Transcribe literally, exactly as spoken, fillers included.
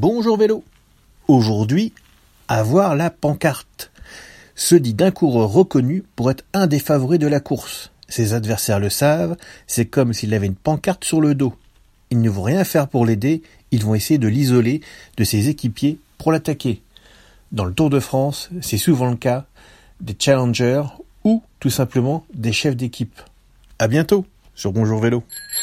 Bonjour vélo. Aujourd'hui, avoir la pancarte se dit d'un coureur reconnu pour être un des favoris de la course. Ses adversaires le savent, c'est comme s'il avait une pancarte sur le dos. Ils ne vont rien faire pour l'aider, ils vont essayer de l'isoler de ses équipiers pour l'attaquer. Dans le Tour de France, c'est souvent le cas des challengers ou tout simplement des chefs d'équipe. À bientôt sur Bonjour Vélo.